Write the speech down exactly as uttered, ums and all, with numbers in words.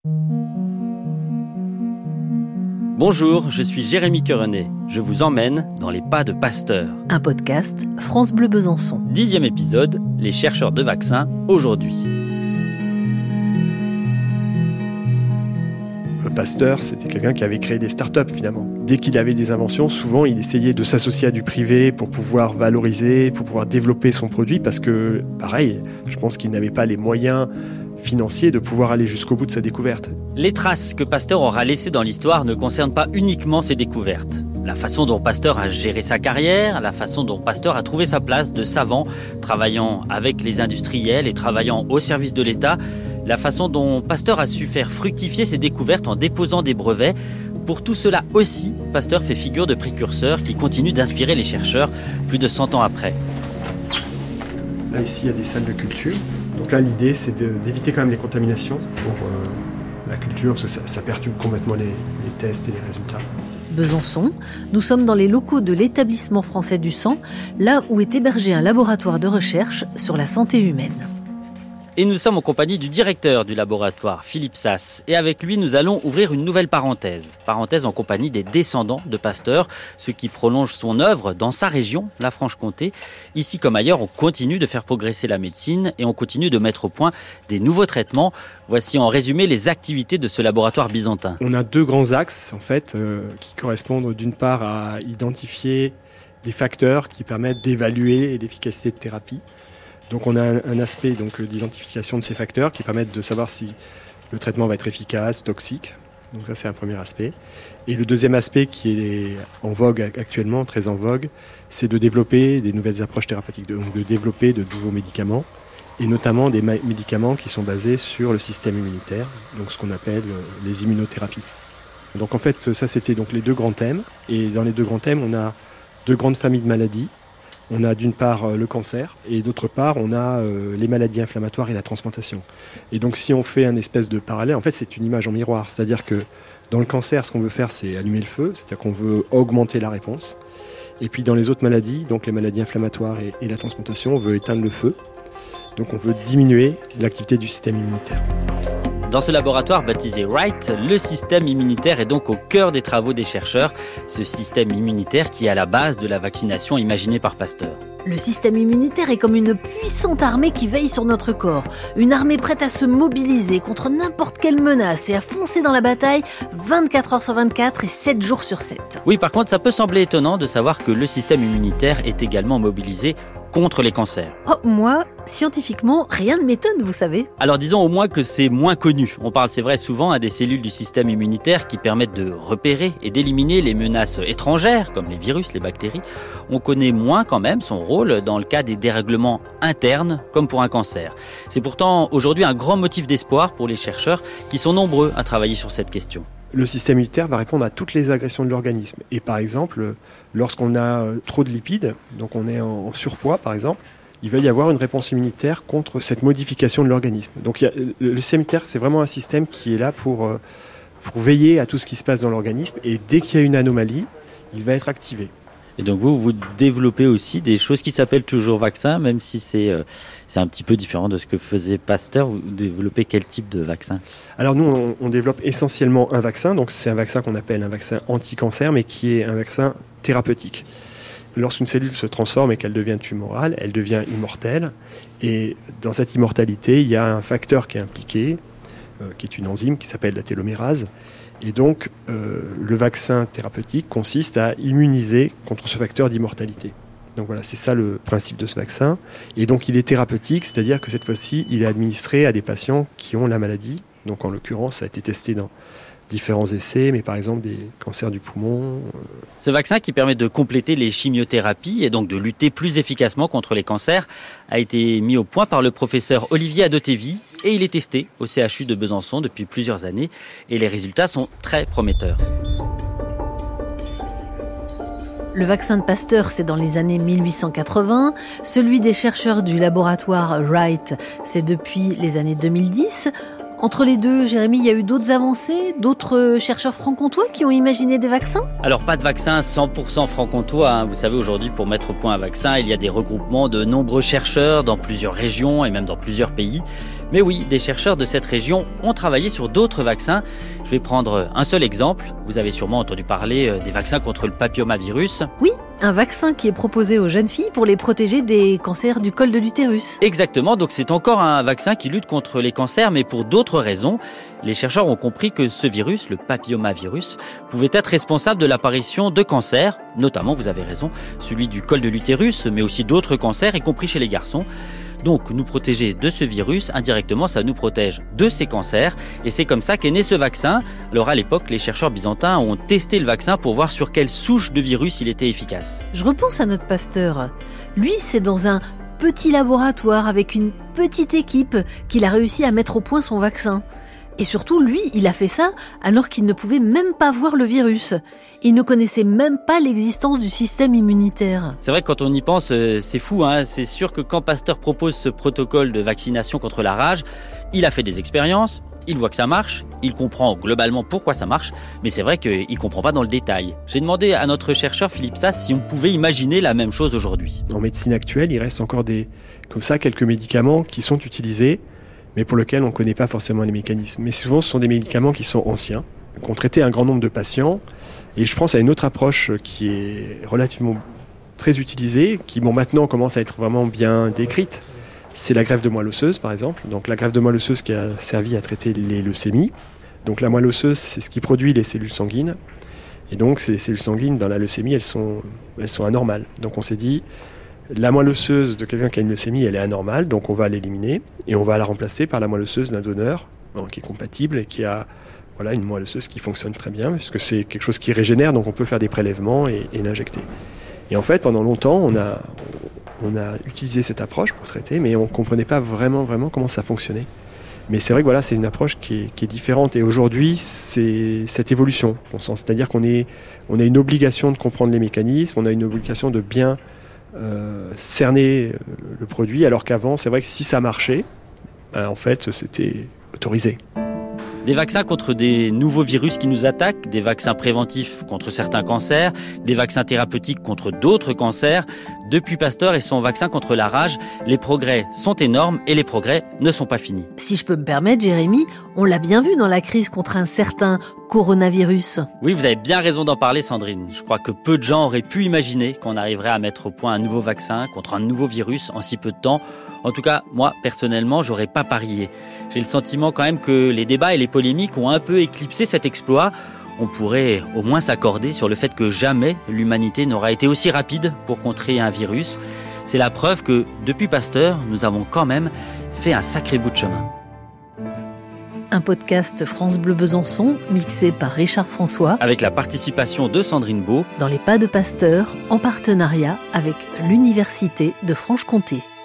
Bonjour, je suis Jérémy Querenet. Je vous emmène dans les pas de Pasteur. Un podcast France Bleu Besançon. Dixième épisode, les chercheurs de vaccins aujourd'hui. Pasteur, c'était quelqu'un qui avait créé des startups finalement. Dès qu'il avait des inventions, souvent il essayait de s'associer à du privé pour pouvoir valoriser, pour pouvoir développer son produit parce que, pareil, je pense qu'il n'avait pas les moyens financiers de pouvoir aller jusqu'au bout de sa découverte. Les traces que Pasteur aura laissées dans l'histoire ne concernent pas uniquement ses découvertes. La façon dont Pasteur a géré sa carrière, la façon dont Pasteur a trouvé sa place de savant, travaillant avec les industriels et travaillant au service de l'État, la façon dont Pasteur a su faire fructifier ses découvertes en déposant des brevets. Pour tout cela aussi, Pasteur fait figure de précurseur qui continue d'inspirer les chercheurs plus de cent ans après. Là, ici, il y a des salles de culture. Donc là, l'idée, c'est de, d'éviter quand même les contaminations pour euh, la culture, parce que ça, ça perturbe complètement les, les tests et les résultats. Besançon, nous sommes dans les locaux de l'établissement français du sang, là où est hébergé un laboratoire de recherche sur la santé humaine. Et nous sommes en compagnie du directeur du laboratoire, Philippe Sass. Et avec lui, nous allons ouvrir une nouvelle parenthèse. Parenthèse en compagnie des descendants de Pasteur, ce qui prolonge son œuvre dans sa région, la Franche-Comté. Ici comme ailleurs, on continue de faire progresser la médecine et on continue de mettre au point des nouveaux traitements. Voici en résumé les activités de ce laboratoire byzantin. On a deux grands axes, en fait, euh, qui correspondent d'une part à identifier des facteurs qui permettent d'évaluer l'efficacité de thérapie. Donc on a un aspect donc, d'identification de ces facteurs qui permettent de savoir si le traitement va être efficace, toxique. Donc ça c'est un premier aspect. Et le deuxième aspect qui est en vogue actuellement, très en vogue, c'est de développer des nouvelles approches thérapeutiques, donc de développer de nouveaux médicaments, et notamment des médicaments qui sont basés sur le système immunitaire, donc ce qu'on appelle les immunothérapies. Donc en fait ça c'était donc les deux grands thèmes. Et dans les deux grands thèmes on a deux grandes familles de maladies. On a d'une part le cancer et d'autre part on a euh, les maladies inflammatoires et la transplantation. Et donc si on fait un espèce de parallèle, en fait c'est une image en miroir. C'est-à-dire que dans le cancer, ce qu'on veut faire c'est allumer le feu, c'est-à-dire qu'on veut augmenter la réponse. Et puis dans les autres maladies, donc les maladies inflammatoires et, et la transplantation, on veut éteindre le feu. Donc on veut diminuer l'activité du système immunitaire. Dans ce laboratoire baptisé Wright, le système immunitaire est donc au cœur des travaux des chercheurs. Ce système immunitaire qui est à la base de la vaccination imaginée par Pasteur. Le système immunitaire est comme une puissante armée qui veille sur notre corps. Une armée prête à se mobiliser contre n'importe quelle menace et à foncer dans la bataille vingt-quatre heures sur vingt-quatre et sept jours sur sept. Oui, par contre, ça peut sembler étonnant de savoir que le système immunitaire est également mobilisé contre les cancers. Oh, moi, scientifiquement, rien ne m'étonne, vous savez. Alors disons au moins que c'est moins connu. On parle, c'est vrai, souvent à des cellules du système immunitaire qui permettent de repérer et d'éliminer les menaces étrangères, comme les virus, les bactéries. On connaît moins quand même son rôle dans le cas des dérèglements internes, comme pour un cancer. C'est pourtant aujourd'hui un grand motif d'espoir pour les chercheurs qui sont nombreux à travailler sur cette question. Le système immunitaire va répondre à toutes les agressions de l'organisme. Et par exemple, lorsqu'on a trop de lipides, donc on est en surpoids par exemple, il va y avoir une réponse immunitaire contre cette modification de l'organisme. Donc il y a, le système immunitaire, c'est vraiment un système qui est là pour, pour veiller à tout ce qui se passe dans l'organisme. Et dès qu'il y a une anomalie, il va être activé. Et donc vous, vous développez aussi des choses qui s'appellent toujours vaccins, même si c'est, euh, c'est un petit peu différent de ce que faisait Pasteur. Vous développez quel type de vaccin ? Alors nous, on, on développe essentiellement un vaccin. Donc c'est un vaccin qu'on appelle un vaccin anti-cancer, mais qui est un vaccin thérapeutique. Lorsqu'une cellule se transforme et qu'elle devient tumorale, elle devient immortelle. Et dans cette immortalité, il y a un facteur qui est impliqué, euh, qui est une enzyme qui s'appelle la télomérase. Et donc, euh, le vaccin thérapeutique consiste à immuniser contre ce facteur d'immortalité. Donc voilà, c'est ça le principe de ce vaccin. Et donc, il est thérapeutique, c'est-à-dire que cette fois-ci, il est administré à des patients qui ont la maladie. Donc, en l'occurrence, ça a été testé dans différents essais, mais par exemple des cancers du poumon. Ce vaccin qui permet de compléter les chimiothérapies et donc de lutter plus efficacement contre les cancers a été mis au point par le professeur Olivier Adotevi et il est testé au C H U de Besançon depuis plusieurs années et les résultats sont très prometteurs. Le vaccin de Pasteur, c'est dans les années mille huit cent quatre-vingts. Celui des chercheurs du laboratoire Wright, c'est depuis les années deux mille dix. Entre les deux, Jérémy, il y a eu d'autres avancées, d'autres chercheurs franc-comtois qui ont imaginé des vaccins ? Alors pas de vaccin cent pour cent franc-comtois, hein. Vous savez aujourd'hui pour mettre au point un vaccin, il y a des regroupements de nombreux chercheurs dans plusieurs régions et même dans plusieurs pays. Mais oui, des chercheurs de cette région ont travaillé sur d'autres vaccins. Je vais prendre un seul exemple. Vous avez sûrement entendu parler des vaccins contre le papillomavirus. Oui, un vaccin qui est proposé aux jeunes filles pour les protéger des cancers du col de l'utérus. Exactement, donc c'est encore un vaccin qui lutte contre les cancers, mais pour d'autres raisons. Les chercheurs ont compris que ce virus, le papillomavirus, pouvait être responsable de l'apparition de cancers, notamment, vous avez raison, celui du col de l'utérus, mais aussi d'autres cancers, y compris chez les garçons. Donc, nous protéger de ce virus, indirectement, ça nous protège de ces cancers. Et c'est comme ça qu'est né ce vaccin. Alors, à l'époque, les chercheurs byzantins ont testé le vaccin pour voir sur quelle souche de virus il était efficace. Je repense à notre Pasteur. Lui, c'est dans un petit laboratoire avec une petite équipe qu'il a réussi à mettre au point son vaccin. Et surtout, lui, il a fait ça alors qu'il ne pouvait même pas voir le virus. Il ne connaissait même pas l'existence du système immunitaire. C'est vrai que quand on y pense, c'est fou, hein. C'est sûr que quand Pasteur propose ce protocole de vaccination contre la rage, il a fait des expériences, il voit que ça marche, il comprend globalement pourquoi ça marche, mais c'est vrai qu'il ne comprend pas dans le détail. J'ai demandé à notre chercheur Philippe Sass si on pouvait imaginer la même chose aujourd'hui. En médecine actuelle, il reste encore des, comme ça, quelques médicaments qui sont utilisés, mais pour lesquels on ne connaît pas forcément les mécanismes. Mais souvent, ce sont des médicaments qui sont anciens, qui ont traité un grand nombre de patients. Et je pense à une autre approche qui est relativement très utilisée, qui bon, maintenant commence à être vraiment bien décrite. C'est la greffe de moelle osseuse, par exemple. Donc la greffe de moelle osseuse qui a servi à traiter les leucémies. Donc la moelle osseuse, c'est ce qui produit les cellules sanguines. Et donc ces cellules sanguines, dans la leucémie, elles sont, elles sont anormales. Donc on s'est dit, la moelle osseuse de quelqu'un qui a une leucémie, elle est anormale, donc on va l'éliminer et on va la remplacer par la moelle osseuse d'un donneur bon, qui est compatible et qui a voilà, une moelle osseuse qui fonctionne très bien, puisque c'est quelque chose qui régénère, donc on peut faire des prélèvements et, et l'injecter. Et en fait, pendant longtemps, on a, on a utilisé cette approche pour traiter, mais on ne comprenait pas vraiment, vraiment comment ça fonctionnait. Mais c'est vrai que voilà, c'est une approche qui est, qui est différente. Et aujourd'hui, c'est cette évolution, on sent. C'est-à-dire qu'on est, on a une obligation de comprendre les mécanismes, on a une obligation de bien Euh, cerner le produit, alors qu'avant, c'est vrai que si ça marchait, ben, en fait, c'était autorisé. Des vaccins contre des nouveaux virus qui nous attaquent, des vaccins préventifs contre certains cancers, des vaccins thérapeutiques contre d'autres cancers. Depuis Pasteur et son vaccin contre la rage, les progrès sont énormes et les progrès ne sont pas finis. Si je peux me permettre, Jérémy, on l'a bien vu dans la crise contre un certain coronavirus. Oui, vous avez bien raison d'en parler, Sandrine. Je crois que peu de gens auraient pu imaginer qu'on arriverait à mettre au point un nouveau vaccin contre un nouveau virus en si peu de temps. En tout cas, moi, personnellement, j'aurais pas parié. J'ai le sentiment quand même que les débats et les polémiques ont un peu éclipsé cet exploit. On pourrait au moins s'accorder sur le fait que jamais l'humanité n'aura été aussi rapide pour contrer un virus. C'est la preuve que, depuis Pasteur, nous avons quand même fait un sacré bout de chemin. Un podcast France Bleu Besançon, mixé par Richard François, avec la participation de Sandrine Beau, dans les pas de Pasteur, en partenariat avec l'Université de Franche-Comté.